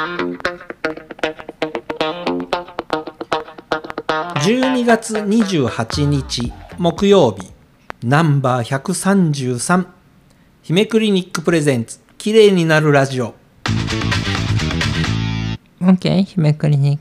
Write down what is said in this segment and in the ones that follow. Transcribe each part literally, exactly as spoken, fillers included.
じゅうにがつにじゅうはちにち木曜日、ナンバーひゃくさんじゅうさん、姫クリニックプレゼンツきれいになるラジオ。 OK 姫クリニック。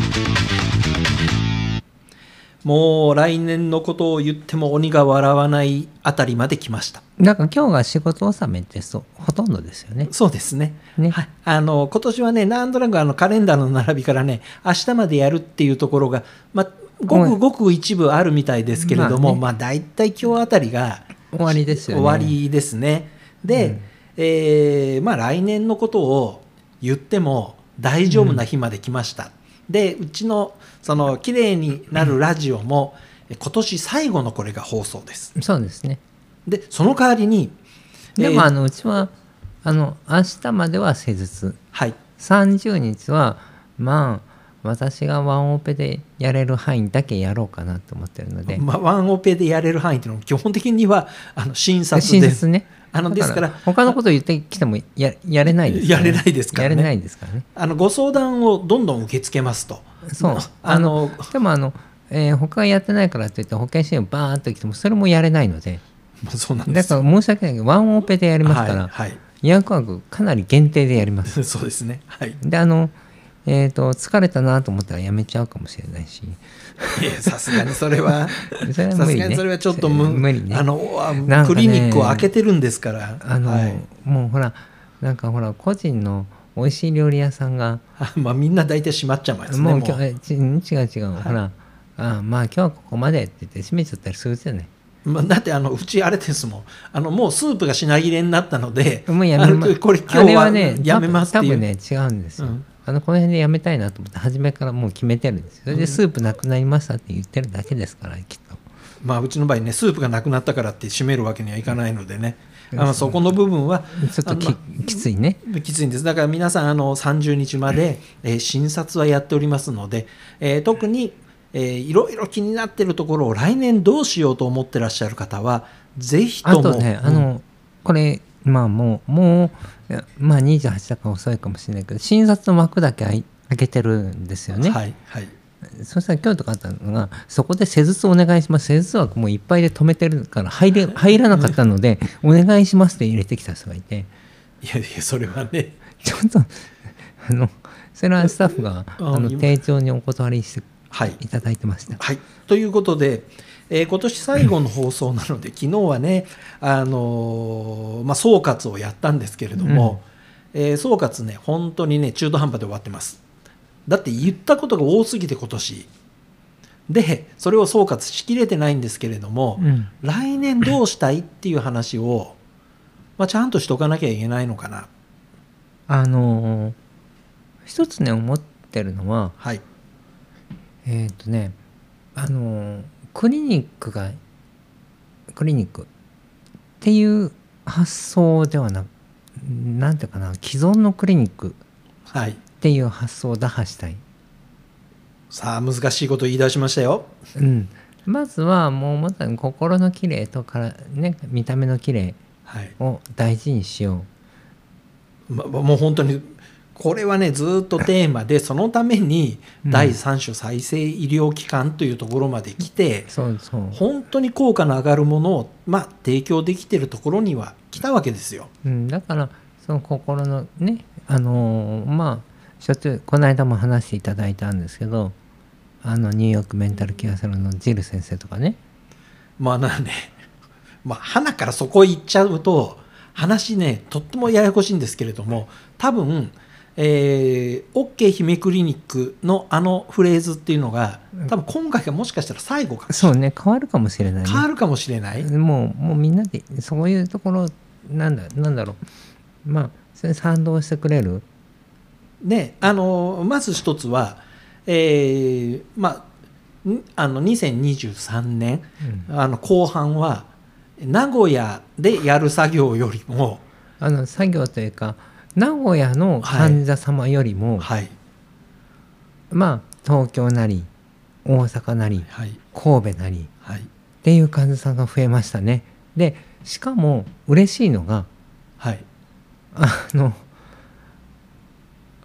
もう来年のことを言っても鬼が笑わないあたりまで来ました。 なんか今日が仕事納めってそうほとんどですよね。 そうですね。 ね、 はい、あの今年はね、なんとなくあのカレンダーの並びからね、明日までやるっていうところが、まあ、ごくごく一部あるみたいですけれども、まあ、ね、まあ大体今日あたりが終わりですよね。 終わりですね。で、うん、えーまあ、来年のことを言っても大丈夫な日まで来ました。うん、でうちのそのきれいになるラジオも、うん、今年最後のこれが放送です。 そうですね。 でその代わりにでも、えー、あのうちはあの明日までは施術、 はい、 さんじゅうにちはまあ私がワンオペでやれる範囲だけやろうかなと思ってるので、 まあ、ワンオペでやれる範囲っていうのは基本的にはあの診察で、 診察ね、 あのですから他のことを言ってきても や, やれないですから、ね、 やれないですからね。 やれないですからね。 あのご相談をどんどん受け付けますと。 そうあのでもあの、えー、他がやってないからといって保険診療バーンと来てもそれもやれないので、 そうなんです。 だから申し訳ないけどワンオペでやりますから、はいはい、予約枠かなり限定でやります。 そうですね、はい、 であのえー、と疲れたなと思ったらやめちゃうかもしれないし、 さすがにそれはさすがにそれはちょっと無無理ね。 あのね、 クリニックを開けてるんですから、 あの、はい、もうほらなんかほら個人の美味しい料理屋さんがまあみんな大体閉まっちゃいますね。 もう今日違う違う、はい、ほらあまあ今日はここまでって言って閉めちゃったりするじゃない。 まあ、だってあのうちあれですもん、あのもうスープが品切れになったので、 もうやめ、ま、 これ今日はやめますっていう、 多分ね違うんですよ、うん、あのこの辺でやめたいなと思って初めからもう決めてるんですよ。それでスープなくなりましたって言ってるだけですから、きっと。 まあうちの場合ね、スープがなくなったからって閉めるわけにはいかないのでね、あのそこの部分はちょっと き,、まあ、きついね。 きついんです。だから皆さんあのさんじゅうにちまで、えー、診察はやっておりますので、えー、特にえー、いろいろ気になっているところを来年どうしようと思ってらっしゃる方はぜひとも。 あとね、あの、うん、これまあもうもうまあにじゅうはちだから遅いかもしれないけど、診察の枠だけ開けてるんですよね。 はいはい。 そしたら今日とかあったのが、そこで施術お願いします、施術枠もういっぱいで止めてるから入れ入らなかったのでお願いしますって入れてきた人がいて、 いやいやそれはねちょっとあのそれはスタッフがあの丁重にお断りしていただいてました。 はい、ということで、えー、今年最後の放送なので昨日はね、あのーまあ、総括をやったんですけれども、うんえー、総括ね本当にね中途半端で終わってます。だって言ったことが多すぎて今年でそれを総括しきれてないんですけれども、うん、来年どうしたいっていう話を、まあ、ちゃんとしとかなきゃいけないのかな。 あのー、一つね思ってるのは、 はいえっとねあのクリニックがクリニックっていう発想ではなく、なんていうかな、既存のクリニックっていう発想を打破したい、はい、 さあ難しいこと言い出しましたよ、 うん、まずはもうまさに心のきれいとから、ね、見た目のきれいを大事にしよう、はいま、もう本当にこれはねずっとテーマで、そのために第三種再生医療機関というところまで来て、うん、そうそう本当に効果の上がるものを、まあ、提供できているところには来たわけですよ、 うん、だからその心のね、あのー、まあしょっちゅうこの間も話していただいたんですけど、あのニューヨークメンタルケアセラのジル先生とかね、 まあなんで、まあ鼻からそこへ行っちゃうと話ねとってもややこしいんですけれども、多分えー、OK 姫クリニックのあのフレーズっていうのが多分今回がもしかしたら最後かもしれない。 そうね、変わるかもしれないね。 変わるかもしれない。 もう、もうみんなでそういうところなんだ、なんだろう、まあそれ賛同してくれるね。あのまず一つは、えー、まああのにせんにじゅうさんねん、うん、あの後半は名古屋でやる作業よりもあの作業というか名古屋の患者様よりも、 はいはい、 まあ東京なり大阪なり、はい、神戸なり、 はい、 っていう患者さんが増えましたね。でしかも嬉しいのが、 はい、 あの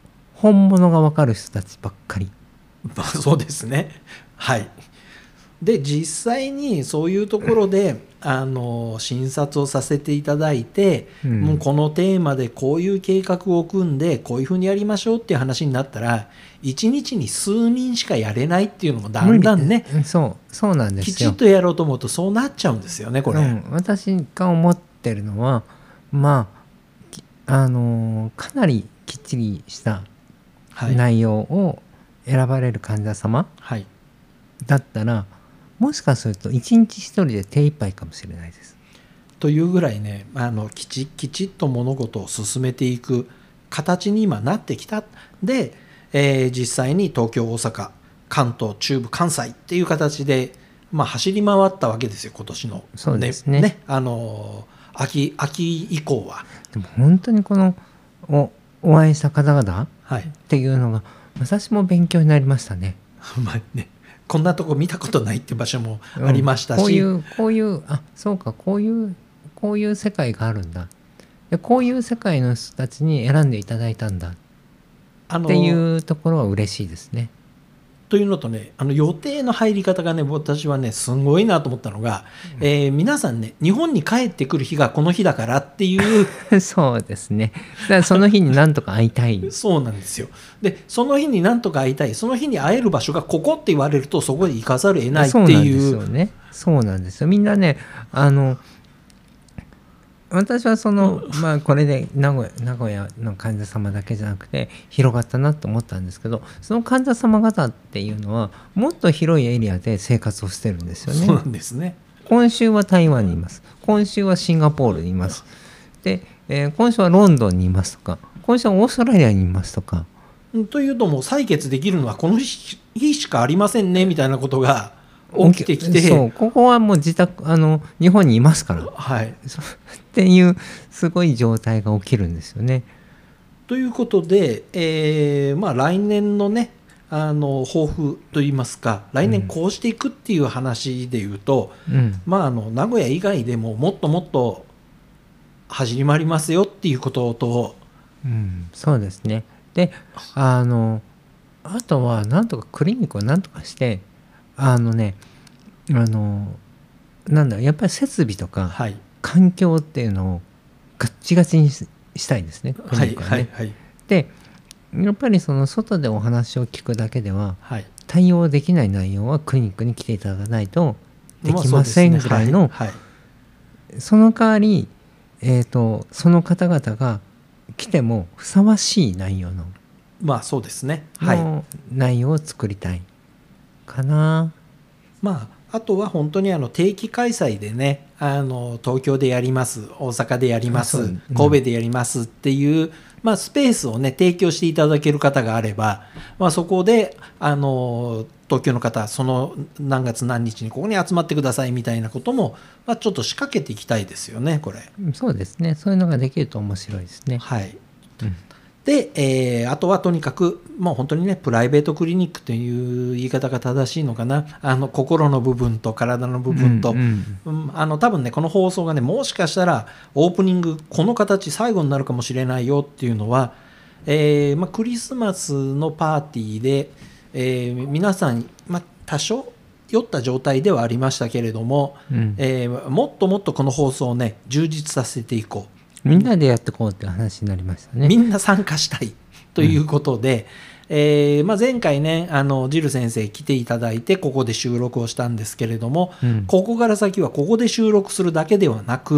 本物が分かる人たちばっかり。 まあ、そうですね。はい。で実際にそういうところであの診察をさせていただいて、うん、もうこのテーマでこういう計画を組んでこういうふうにやりましょうっていう話になったらいちにちに数人しかやれないっていうのもだんだんね、 そうそうなんですよ。 きちっとやろうと思うとそうなっちゃうんですよねこれ、うん、 私が思ってるのはまああのかなりきっちりした内容を選ばれる患者様だったら、はい、もしかすると一日一人で手一杯かもしれないです。 というぐらいねあのきちきちっと物事を進めていく形に今なってきた。で、えー、実際に東京大阪関東中部関西っていう形で、まあ、走り回ったわけですよ今年の、ね、 そうですね、 ねあの秋秋以降は。 でも本当にこの お, お会いした方々っていうのが、はい、私も勉強になりましたね。 まあねこんなとこ見たことないっていう場所もありましたし、 うん、こういうこういうあそうかこういうこういう世界があるんだでこういう世界の人たちに選んでいただいたんだっていうところは嬉しいですね。 というのとねあの予定の入り方がね私はねすごいなと思ったのが、うんえー、皆さんね日本に帰ってくる日がこの日だからっていうそうですね。だからその日になんとか会いたいそうなんですよ。でその日になんとか会いたいその日に会える場所がここって言われるとそこで行かざるを得ないっていう。 そうなんですよね。そうなんですよ。みんなねあの私はその、うん、まあこれで名古屋、名古屋の患者様だけじゃなくて広がったなと思ったんですけどその患者様方っていうのはもっと広いエリアで生活をしてるんですよね。 そうなんですね。 今週は台湾にいます今週はシンガポールにいますで、えー、今週はロンドンにいますとか今週はオーストラリアにいますとかというともう採血できるのはこの日しかありませんねみたいなことが起きてきてそうここはもう自宅あの日本にいますから、 はい、 っていうすごい状態が起きるんですよね。 ということで、えーまあ、来年のねあの抱負といいますか来年こうしていくっていう話でいうと、うんまあ、あの名古屋以外でももっともっと走り回りますよっていうことと、 うん、そうですね。であのあとはなんとかクリニックをなんとかしてあのねあのなんだやっぱり設備とか、はい、環境っていうのをガッチガチにしたいですね。クリニックはね、はいはいはい、でやっぱりその外でお話を聞くだけでは、はい、対応できない内容はクリニックに来ていただかないとできませんぐらいの、まあそうですねはいはい、その代わり、えーと、その方々が来てもふさわしい内容のまあそうですね、はい、 内容を作りたいかな。 まあ、あとは本当にあの定期開催でねあの東京でやります大阪でやります、うん、神戸でやりますっていう、まあ、スペースをね提供していただける方があれば、まあ、そこであの東京の方その何月何日にここに集まってくださいみたいなことも、まあ、ちょっと仕掛けていきたいですよねこれ。 そうですねそういうのができると面白いですね。 はい、うんで、えー、あとはとにかくもう本当にねプライベートクリニックという言い方が正しいのかなあの心の部分と体の部分と、うんうんうん、あの多分ねこの放送がねもしかしたらオープニングこの形最後になるかもしれないよっていうのは、えーまあ、クリスマスのパーティーで、えー、皆さん、まあ、多少酔った状態ではありましたけれども、うんえー、もっともっとこの放送をね充実させていこうみんなでやっていこうって話になりましたね。 みんな参加したいということで、うんえーまあ、前回ねあのジル先生来ていただいてここで収録をしたんですけれども、うん、ここから先はここで収録するだけではなく、うん、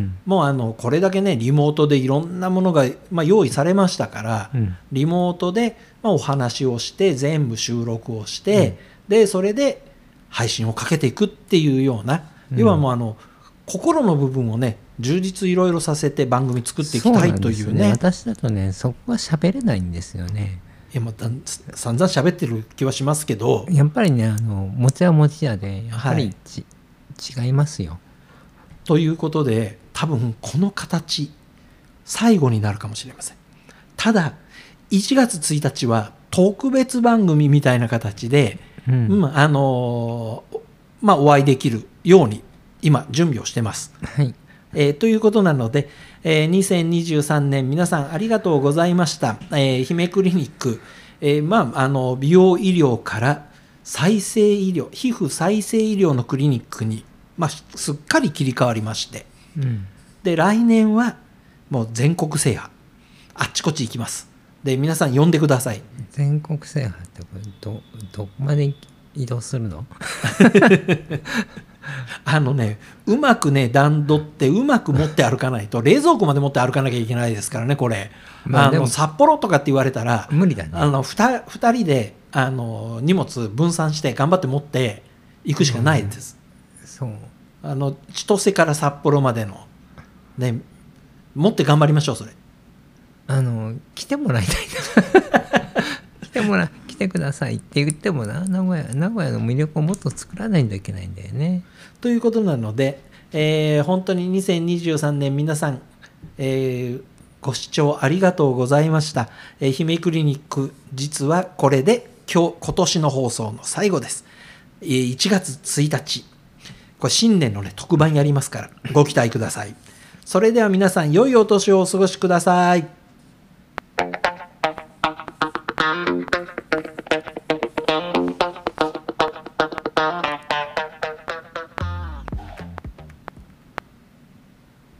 もうあのこれだけねリモートでいろんなものが、まあ、用意されましたから、うん、リモートで、まあ、お話をして全部収録をして、うん、でそれで配信をかけていくっていうような、うん、要はもうあの心の部分をね充実いろいろさせて番組作っていきたいという ね, うね私だとねそこは喋れないんですよね。 いやまた散々喋ってる気はしますけどやっぱりねあの持ち屋持ち屋でやっぱりち、はい、違いますよ。 ということで多分この形最後になるかもしれません。ただいちがつついたちは特別番組みたいな形で、うんうん、あのまあお会いできるように今準備をしてます。 はいえーということなので、えーにせんにじゅうさんねん皆さんありがとうございました。えー、姫クリニック、えーまあ、あの美容医療から再生医療、皮膚再生医療のクリニックに、まあ、すっかり切り替わりまして、 うん、 で来年はもう全国制覇、あっちこっち行きます。で皆さん呼んでください。 全国制覇ってこれ ど, どこまで移動するのあのね、うまくね段取ってうまく持って歩かないと冷蔵庫まで持って歩かなきゃいけないですからねこれ、まあ、あの札幌とかって言われたら無理だね。 あの 2, 2人であの荷物分散して頑張って持っていくしかないです、 うん、そうあの千歳から札幌までのね持って頑張りましょう。それあの来てもらいたいな来てもら来てくださいって言ってもな、名古屋名古屋の魅力をもっと作らないといけないんだよね。 ということなので、えー、本当ににせんにじゅうさんねん皆さん、えー、ご視聴ありがとうございました。えー、姫クリニック実はこれで今日今年の放送の最後です。えー、いちがつついたちこれ新年のね特番やりますからご期待ください。それでは皆さん良いお年をお過ごしください。